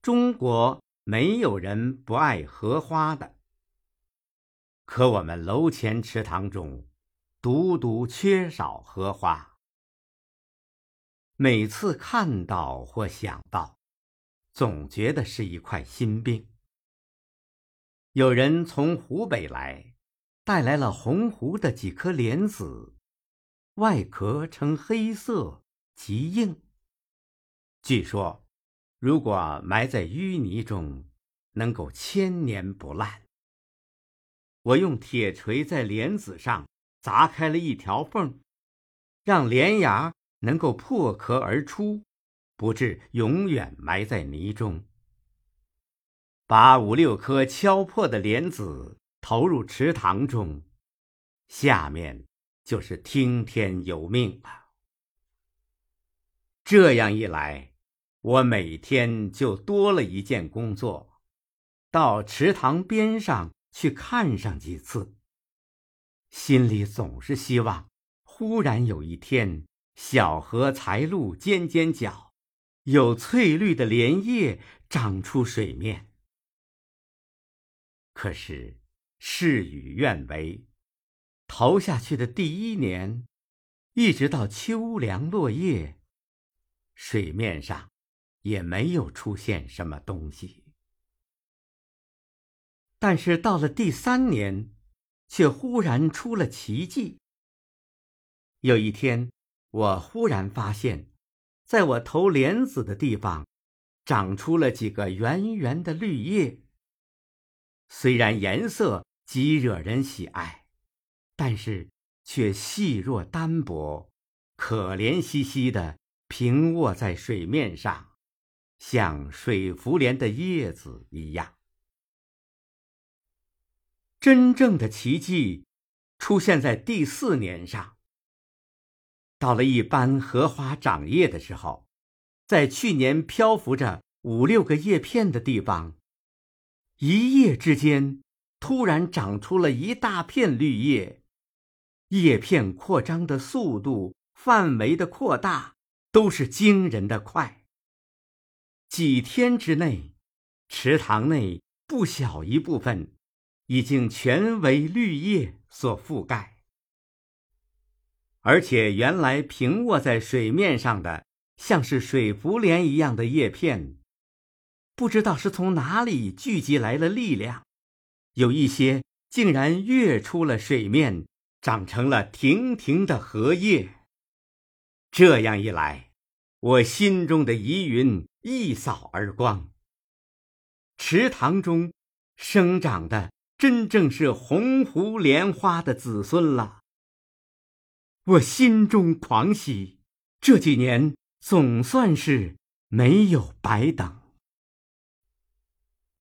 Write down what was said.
中国没有人不爱荷花的，可我们楼前池塘中独独缺少荷花。每次看到或想到，总觉得是一块心病。有人从湖北来，带来了洪湖的几颗莲子，外壳呈黑色，极硬。据说如果埋在淤泥中，能够千年不烂。我用铁锤在莲子上砸开了一条缝，让莲芽能够破壳而出，不致永远埋在泥中。把5、6颗敲破的莲子投入池塘中，下面就是听天由命了。这样一来，我每天就多了一件工作，到池塘边上去看上几次。心里总是希望，忽然有一天，小荷才露尖尖角，有翠绿的莲叶长出水面。可是事与愿违，投下去的第1年，一直到秋凉落叶，水面上也没有出现什么东西。但是到了第3年，却忽然出了奇迹。有一天，我忽然发现，在我投莲子的地方，长出了几个圆圆的绿叶。虽然颜色极惹人喜爱，但是却细弱单薄，可怜兮兮地平卧在水面上，像水茯莲的叶子一样。真正的奇迹出现在第4年上。到了一般荷花长叶的时候，在去年漂浮着5、6个叶片的地方，一夜之间突然长出了一大片绿叶，叶片扩张的速度、范围的扩大都是惊人的快。几天之内，池塘内不小一部分已经全为绿叶所覆盖，而且原来平卧在水面上的像是水茯莲一样的叶片，不知道是从哪里聚集来了力量，有一些竟然跃出了水面，长成了亭亭的荷叶。这样一来，我心中的疑云一扫而光。池塘中生长的真正是洪湖莲花的子孙了。我心中狂喜，这几年总算是没有白等。